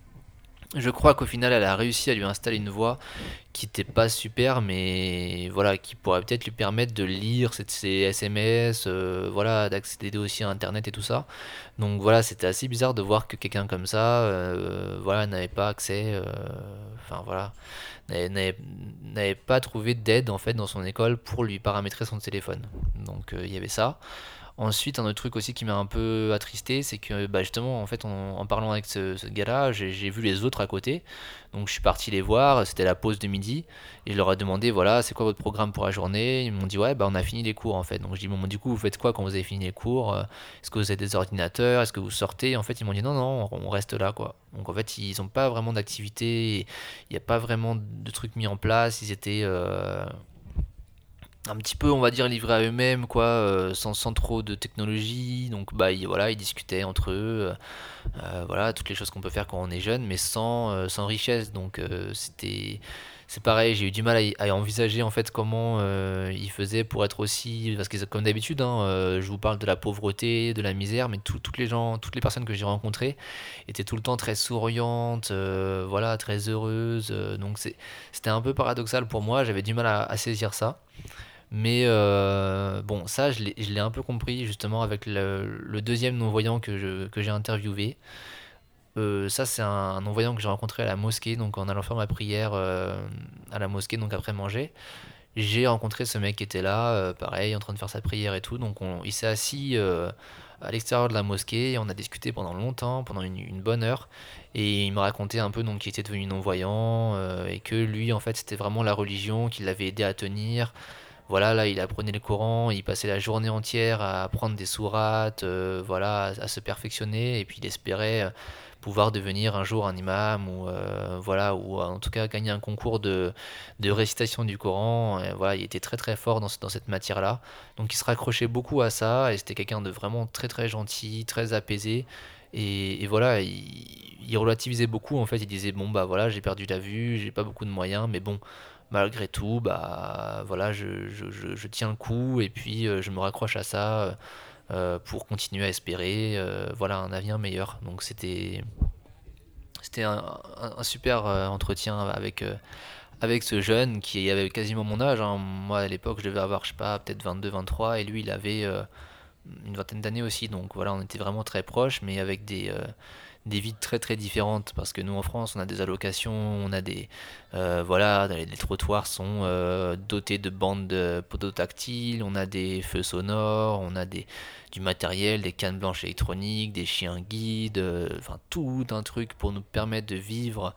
Je crois qu'au final, elle a réussi à lui installer une voix qui n'était pas super, mais voilà, qui pourrait peut-être lui permettre de lire ses, ses S M S, euh, voilà, d'accéder aussi à Internet et tout ça. Donc voilà, c'était assez bizarre de voir que quelqu'un comme ça, euh, voilà, n'avait pas accès, euh, enfin voilà, n'avait n'avait- n'avait pas trouvé d'aide en fait dans son école pour lui paramétrer son téléphone. Donc euh, il y avait ça. Ensuite, un autre truc aussi qui m'a un peu attristé, c'est que bah, justement, en fait, en, en parlant avec ce, ce gars-là, j'ai j'ai vu les autres à côté. Donc, je suis parti les voir. C'était la pause de midi. Et je leur ai demandé, voilà, c'est quoi votre programme pour la journée? Ils m'ont dit, ouais, bah, on a fini les cours en fait. Donc, je dis, bon, du coup, vous faites quoi quand vous avez fini les cours? Euh, Est-ce que vous avez des ordinateurs? Est-ce que vous sortez? En fait, ils m'ont dit, non, non, on reste là, quoi. Donc, en fait, ils n'ont pas vraiment d'activité. Il n'y a pas vraiment de trucs mis en place. Ils étaient. Euh, un petit peu on va dire livrés à eux-mêmes quoi, euh, sans, sans trop de technologie. Donc bah ils, voilà, ils discutaient entre eux, euh, voilà, toutes les choses qu'on peut faire quand on est jeune mais sans, euh, sans richesse. Donc euh, c'était c'est pareil, j'ai eu du mal à, y- à envisager en fait comment euh, il faisait pour être aussi, parce que c'est comme d'habitude, hein, euh, je vous parle de la pauvreté, de la misère, mais tout- toutes les gens, toutes les personnes que j'ai rencontrées étaient tout le temps très souriantes, euh, voilà, très heureuses. Euh, donc c'est, c'était un peu paradoxal pour moi, j'avais du mal à, à saisir ça. Mais euh, bon, ça, je l'ai, je l'ai un peu compris justement avec le, le deuxième non-voyant que je, que j'ai interviewé. Euh, ça, c'est un, un non-voyant que j'ai rencontré à la mosquée, donc en allant faire ma prière euh, à la mosquée, donc après manger. J'ai rencontré ce mec qui était là, euh, pareil, en train de faire sa prière et tout. Donc on- il s'est assis euh, à l'extérieur de la mosquée et on a discuté pendant longtemps, pendant une, une bonne heure. Et il me racontait un peu donc qu'il était devenu non-voyant euh, et que lui, en fait, c'était vraiment la religion qui l'avait aidé à tenir. Voilà, là, il apprenait le Coran, il passait la journée entière à apprendre des sourates, euh, voilà, à, à se perfectionner, et puis il espérait euh, pouvoir devenir un jour un imam, ou euh, voilà, ou en tout cas gagner un concours de, de récitation du Coran. Et voilà, il était très très fort dans, ce- dans cette matière-là. Donc il se raccrochait beaucoup à ça, et c'était quelqu'un de vraiment très très gentil, très apaisé. Et, et voilà, il, il relativisait beaucoup en fait. Il disait bon bah voilà, j'ai perdu la vue, j'ai pas beaucoup de moyens, mais bon, malgré tout, bah voilà, je, je, je, je tiens le coup et puis euh, je me raccroche à ça euh, pour continuer à espérer euh, voilà un avenir meilleur. Donc c'était c'était un, un- un super euh, entretien avec euh, avec ce jeune qui avait quasiment mon âge, hein. Moi à l'époque je devais avoir je sais pas peut-être vingt-deux vingt-trois et lui il avait euh, une vingtaine d'années aussi. Donc voilà, on était vraiment très proches, mais avec des, euh, des vies très très différentes. Parce que nous en France, on a des allocations, on a des. Euh, voilà, les, les trottoirs sont euh, dotés de bandes de poteaux tactiles, on a des feux sonores, on a des, du matériel, des cannes blanches électroniques, des chiens guides, euh, enfin tout un truc pour nous permettre de vivre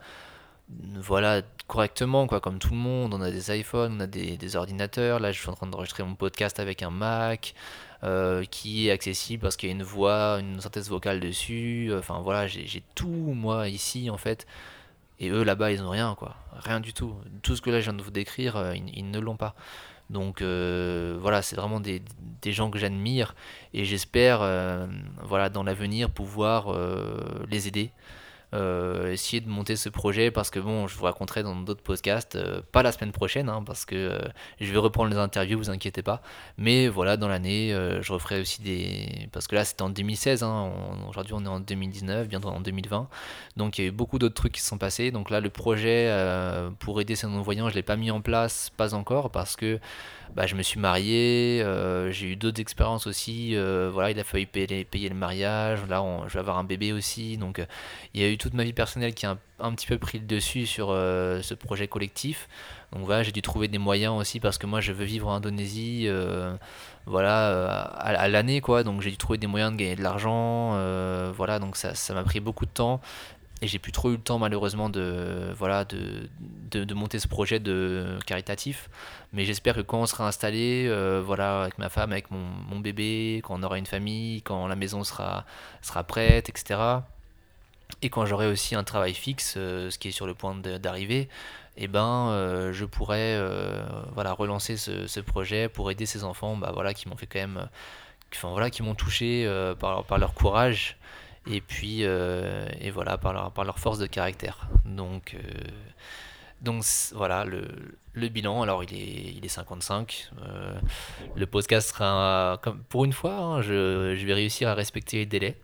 voilà correctement quoi comme tout le monde. On a des iPhones, on a des, des ordinateurs. Là je suis en train d'enregistrer mon podcast avec un Mac euh, qui est accessible parce qu'il y a une voix, une synthèse vocale dessus. Enfin voilà, j'ai j'ai tout moi ici en fait, et eux là-bas ils ont rien quoi, rien du tout. Tout ce que là je viens de vous décrire, euh, ils, ils ne l'ont pas. Donc euh, voilà, c'est vraiment des, des gens que j'admire et j'espère euh, voilà dans l'avenir pouvoir euh, les aider, euh, essayer de monter ce projet parce que bon, je vous raconterai dans d'autres podcasts, euh, pas la semaine prochaine, hein, parce que euh, je vais reprendre les interviews, vous inquiétez pas. Mais voilà, dans l'année, euh, je referai aussi des, parce que là c'était en deux mille seize, hein, on- aujourd'hui on est en deux mille dix-neuf, bientôt en deux mille vingt, donc il y a eu beaucoup d'autres trucs qui se sont passés. Donc là, le projet euh, pour aider ces non-voyants, je l'ai pas mis en place, pas encore, parce que bah, je me suis marié, euh, j'ai eu d'autres expériences aussi. Euh, voilà, il a fallu payer, payer le mariage. Là, on- je vais avoir un bébé aussi. Donc, euh, il y a eu toute ma vie personnelle qui a un, un petit peu pris le dessus sur euh, ce projet collectif. Donc, voilà, j'ai dû trouver des moyens aussi parce que moi, je veux vivre en Indonésie. Euh, voilà, euh, à, à l'année, quoi. Donc, j'ai dû trouver des moyens de gagner de l'argent. Euh, voilà, donc ça, ça m'a pris beaucoup de temps. Et j'ai plus trop eu le temps malheureusement de, voilà, de, de, de monter ce projet de caritatif. Mais j'espère que quand on sera installé, euh, voilà, avec ma femme, avec mon, mon bébé, quand on aura une famille, quand la maison sera, sera prête, et cetera. Et quand j'aurai aussi un travail fixe, euh, ce qui est sur le point de- d'arriver, eh ben, euh, je pourrai euh, voilà, relancer ce, ce projet pour aider ces enfants bah, voilà, qui m'ont fait quand même enfin, voilà, qui m'ont touché euh, par, par leur courage et puis euh, et voilà par leur, par leur force de caractère. Donc euh, donc voilà le, le bilan. Alors il est il est cinquante-cinq. Euh, le podcast sera comme pour une fois, hein, je, je vais réussir à respecter les délais.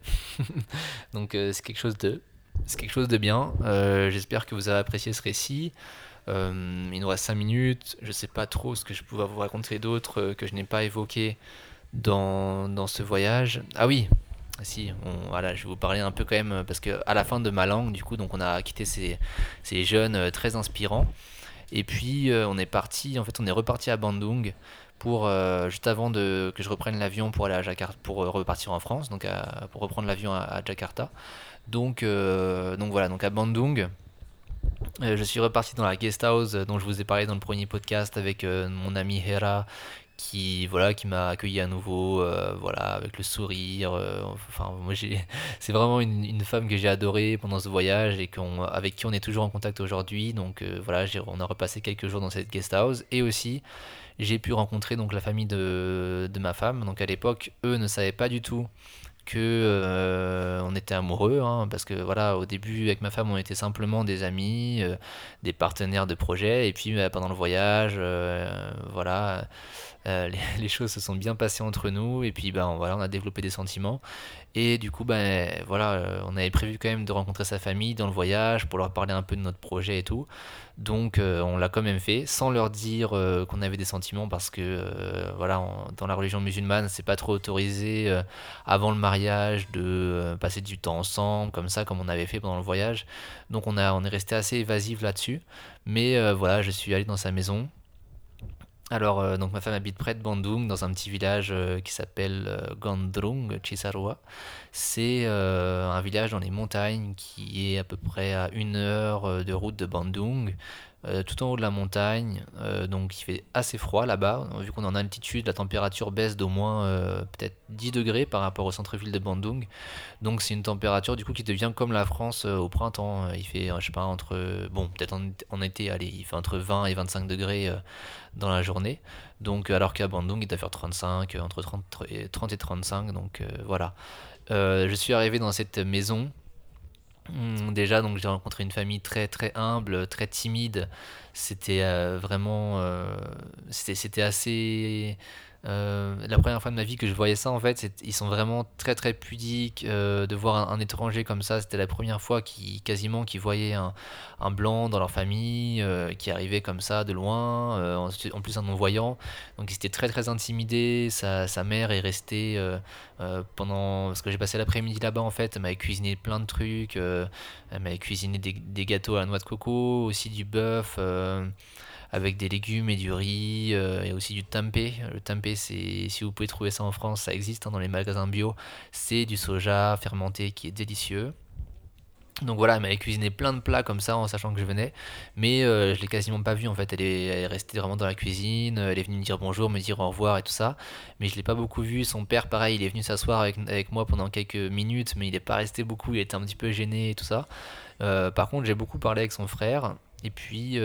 Donc euh, c'est quelque chose de c'est quelque chose de bien. Euh, j'espère que vous avez apprécié ce récit. Euh, il nous reste cinq minutes. Je sais pas trop ce que je pouvais vous raconter d'autre euh, que je n'ai pas évoqué dans, dans ce voyage. Ah oui, si, on, voilà, je vais vous parler un peu quand même, parce que à la fin de ma langue, du coup, donc on a quitté ces, ces jeunes euh, très inspirants, et puis euh, on est parti, en fait, on est reparti à Bandung pour euh, juste avant de que je reprenne l'avion pour aller à Jakarta, pour euh, repartir en France, donc à- pour reprendre l'avion à, à Jakarta. Donc, euh, donc voilà, donc à Bandung, euh, je suis reparti dans la guest house euh, dont je vous ai parlé dans le premier podcast avec euh, mon ami Hera qui voilà qui m'a accueilli à nouveau, euh, voilà, avec le sourire, euh, enfin moi j'ai c'est vraiment une, une femme que j'ai adorée pendant ce voyage et qu'on, avec qui on est toujours en contact aujourd'hui. Donc euh, voilà, j'ai, on a repassé quelques jours dans cette guest house et aussi j'ai pu rencontrer donc la famille de, de ma femme. Donc à l'époque eux ne savaient pas du tout que euh, on était amoureux, hein, parce que voilà, au début avec ma femme on était simplement des amis, euh, des partenaires de projet, et puis bah, pendant le voyage, euh, voilà, euh, les, les choses se sont bien passées entre nous, et puis ben voilà, on a développé des sentiments, et du coup ben voilà, euh, on avait prévu quand même de rencontrer sa famille dans le voyage pour leur parler un peu de notre projet et tout, donc euh, on l'a quand même fait sans leur dire euh, qu'on avait des sentiments parce que euh, voilà, on- dans la religion musulmane c'est pas trop autorisé euh, avant le mariage de euh, passer du temps ensemble comme ça comme on avait fait pendant le voyage, donc on a on est resté assez évasif là-dessus, mais euh, voilà, je suis allé dans sa maison. Alors, euh, donc ma femme habite près de Bandung, dans un petit village euh, qui s'appelle euh, Gandrung, Cisarua. C'est euh, un village dans les montagnes qui est à peu près à une heure euh, de route de Bandung, euh, tout en haut de la montagne. Euh, donc il fait assez froid là-bas. Vu qu'on est en altitude, la température baisse d'au moins euh, peut-être dix degrés par rapport au centre-ville de Bandung. Donc c'est une température du coup qui devient comme la France euh, au printemps. Il fait, euh, je sais pas, entre, bon, peut-être en, en été, allez, il fait entre vingt et vingt-cinq degrés euh, dans la journée. Donc, alors qu'à Bandung, il doit faire trente-cinq, euh, entre trente et, trente et trente-cinq. Donc, euh, voilà. Euh, je suis arrivé dans cette maison. Hum, Déjà, donc j'ai rencontré une famille très très humble, très timide. C'était euh, vraiment, euh, c'était c'était assez. Euh, la première fois de ma vie que je voyais ça, en fait, c'est- ils sont vraiment très très pudiques. Euh, de voir un, un étranger comme ça, c'était la première fois qui quasiment qu'ils voyaient un, un blanc dans leur famille, euh, qui arrivait comme ça de loin. Euh, ensuite- en plus un non-voyant, donc ils étaient très très intimidés. Sa, sa mère est restée. Euh, euh, pendant parce que j'ai passé l'après-midi là-bas en fait, elle m'avait cuisiné plein de trucs, euh, elle m'avait cuisiné des, des gâteaux à la noix de coco, aussi du bœuf euh, avec des légumes et du riz euh, et aussi du tempeh. Le tempeh, c'est, si vous pouvez trouver ça en France, ça existe hein, dans les magasins bio. C'est du soja fermenté qui est délicieux. Donc voilà, elle m'avait cuisiné plein de plats comme ça en sachant que je venais, mais euh, je l'ai quasiment pas vue en fait. Elle est, elle est restée vraiment dans la cuisine, euh, elle est venue me dire bonjour, me dire au revoir et tout ça, mais je l'ai pas beaucoup vue. Son père, pareil, il est venu s'asseoir avec, avec moi pendant quelques minutes, mais il est pas resté beaucoup, il était un petit peu gêné et tout ça. Euh, par contre, j'ai beaucoup parlé avec son frère, et puis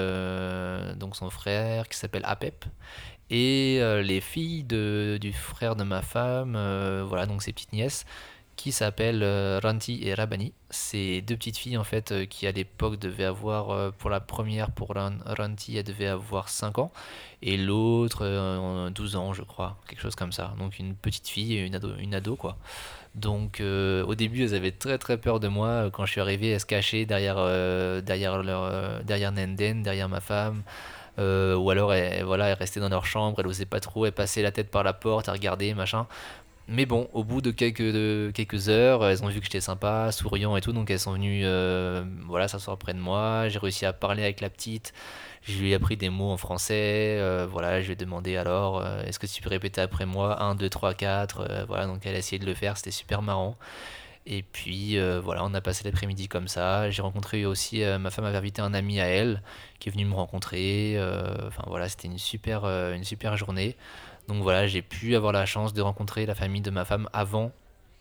euh, donc son frère qui s'appelle Apep, et euh, les filles de, du frère de ma femme, euh, voilà, donc ses petites nièces qui s'appellent euh, Ranti et Rabani. C'est deux petites filles en fait euh, qui à l'époque devaient avoir, euh, pour la première, pour Ran- Ranti, elle devait avoir cinq ans et l'autre euh, douze ans je crois, quelque chose comme ça. Donc une petite fille et une ado, une ado quoi. Donc euh, au début elles avaient très très peur de moi. Quand je suis arrivé, elles se cachaient derrière, euh, derrière, leur, euh, derrière Nenden, derrière ma femme. Euh, ou alors elles, voilà, elles restaient dans leur chambre, elles osaient pas trop, elles passaient la tête par la porte, elles regardaient, machin. Mais bon, au bout de quelques, de quelques heures, elles ont vu que j'étais sympa, souriant et tout, donc elles sont venues euh, voilà, s'asseoir près de moi. J'ai réussi à parler avec la petite, je lui ai appris des mots en français, euh, voilà, je lui ai demandé alors, euh, est-ce que tu peux répéter après moi, un, deux, trois, quatre, euh, voilà, donc elle a essayé de le faire, c'était super marrant. Et puis euh, voilà, on a passé l'après-midi comme ça. J'ai rencontré aussi, euh, ma femme avait invité un ami à elle qui est venu me rencontrer. euh, Enfin voilà, c'était une super, euh, une super journée. Donc voilà, j'ai pu avoir la chance de rencontrer la famille de ma femme avant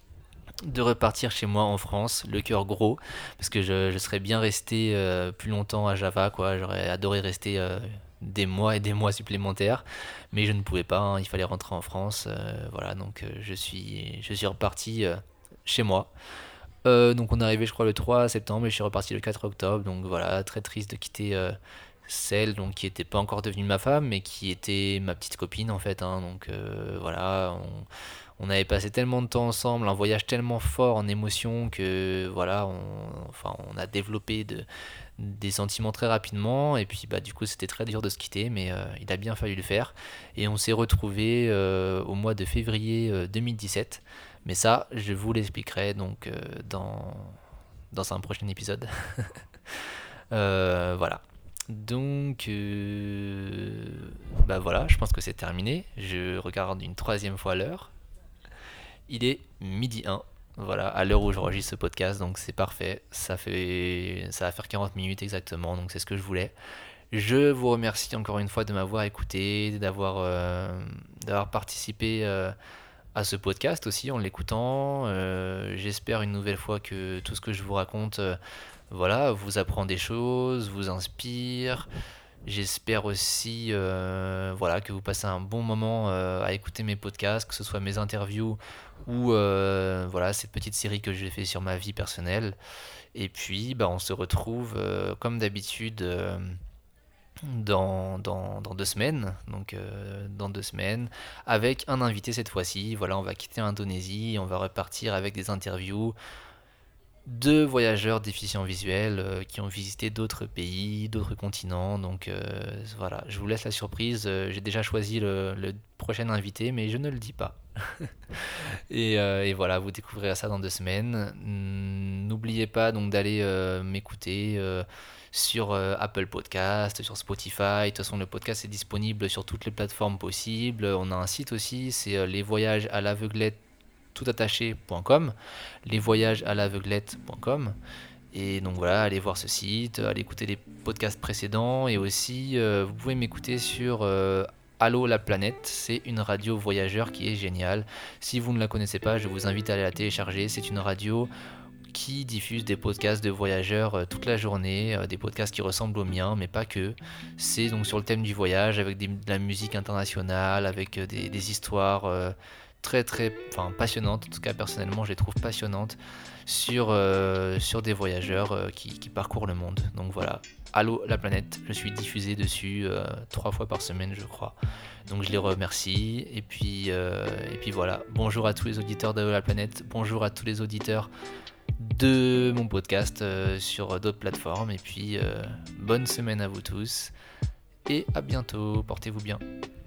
de repartir chez moi en France, le cœur gros, parce que je, je serais bien resté euh, plus longtemps à Java, quoi. J'aurais adoré rester euh, des mois et des mois supplémentaires, mais je ne pouvais pas, hein, il fallait rentrer en France, euh, voilà, donc euh, je suis, je suis reparti euh, chez moi. Euh, donc on est arrivé je crois le trois septembre et je suis reparti le quatre octobre, donc voilà, très triste de quitter euh, celle donc, qui était pas encore devenue ma femme, mais qui était ma petite copine en fait, hein. Donc euh, voilà, on, on avait passé tellement de temps ensemble, un voyage tellement fort en émotion que voilà, on, enfin, on a développé de, des sentiments très rapidement, et puis bah du coup c'était très dur de se quitter, mais euh, il a bien fallu le faire, et on s'est retrouvé euh, au mois de février euh, deux mille dix-sept, mais ça je vous l'expliquerai donc euh, dans, dans un prochain épisode. Euh, voilà. Donc, euh, bah voilà, je pense que c'est terminé. Je regarde une troisième fois l'heure. Il est midi un. Voilà, à l'heure où j'enregistre ce podcast, donc c'est parfait. Ça fait, ça va faire quarante minutes exactement, donc c'est ce que je voulais. Je vous remercie encore une fois de m'avoir écouté, d'avoir euh, d'avoir participé euh, à ce podcast aussi en l'écoutant. Euh, j'espère une nouvelle fois que tout ce que je vous raconte, euh, voilà, vous apprend des choses, vous inspire, J'espère aussi euh, voilà, que vous passez un bon moment euh, à écouter mes podcasts, que ce soit mes interviews ou euh, voilà, cette petite série que j'ai fait sur ma vie personnelle. Et puis, bah, on se retrouve euh, comme d'habitude euh, dans, dans, dans deux semaines, donc euh, dans deux semaines, avec un invité cette fois-ci. Voilà, on va quitter l'Indonésie, on va repartir avec des interviews de voyageurs déficients visuels euh, qui ont visité d'autres pays, d'autres continents. Donc euh, voilà, je vous laisse la surprise. Euh, j'ai déjà choisi le, le prochain invité, mais je ne le dis pas. Et, euh, et voilà, vous découvrirez ça dans deux semaines. Hmm, N'oubliez pas donc d'aller euh, m'écouter euh, sur euh, Apple Podcast, sur Spotify. De toute façon, le podcast est disponible sur toutes les plateformes possibles. On a un site aussi, c'est euh, les voyages à l'aveuglette toutattaché point com, les voyages à l'aveuglette point com. Et donc voilà, allez voir ce site, allez écouter les podcasts précédents et aussi euh, vous pouvez m'écouter sur euh, Allô la planète, c'est une radio voyageur qui est géniale. Si vous ne la connaissez pas, je vous invite à aller la télécharger. C'est une radio qui diffuse des podcasts de voyageurs euh, toute la journée, euh, des podcasts qui ressemblent aux miens, mais pas que. C'est donc sur le thème du voyage, avec des- de la musique internationale, avec euh, des, des histoires euh, très très enfin, passionnantes, en tout cas personnellement je les trouve passionnantes, sur, euh, sur des voyageurs euh, qui, qui parcourent le monde. Donc voilà, Allô la planète, je suis diffusé dessus euh, trois fois par semaine je crois. Donc je les remercie, et puis, euh, et puis voilà, bonjour à tous les auditeurs d'Allô la planète, bonjour à tous les auditeurs de mon podcast euh, sur d'autres plateformes. Et puis, euh, bonne semaine à vous tous. Et à bientôt. Portez-vous bien.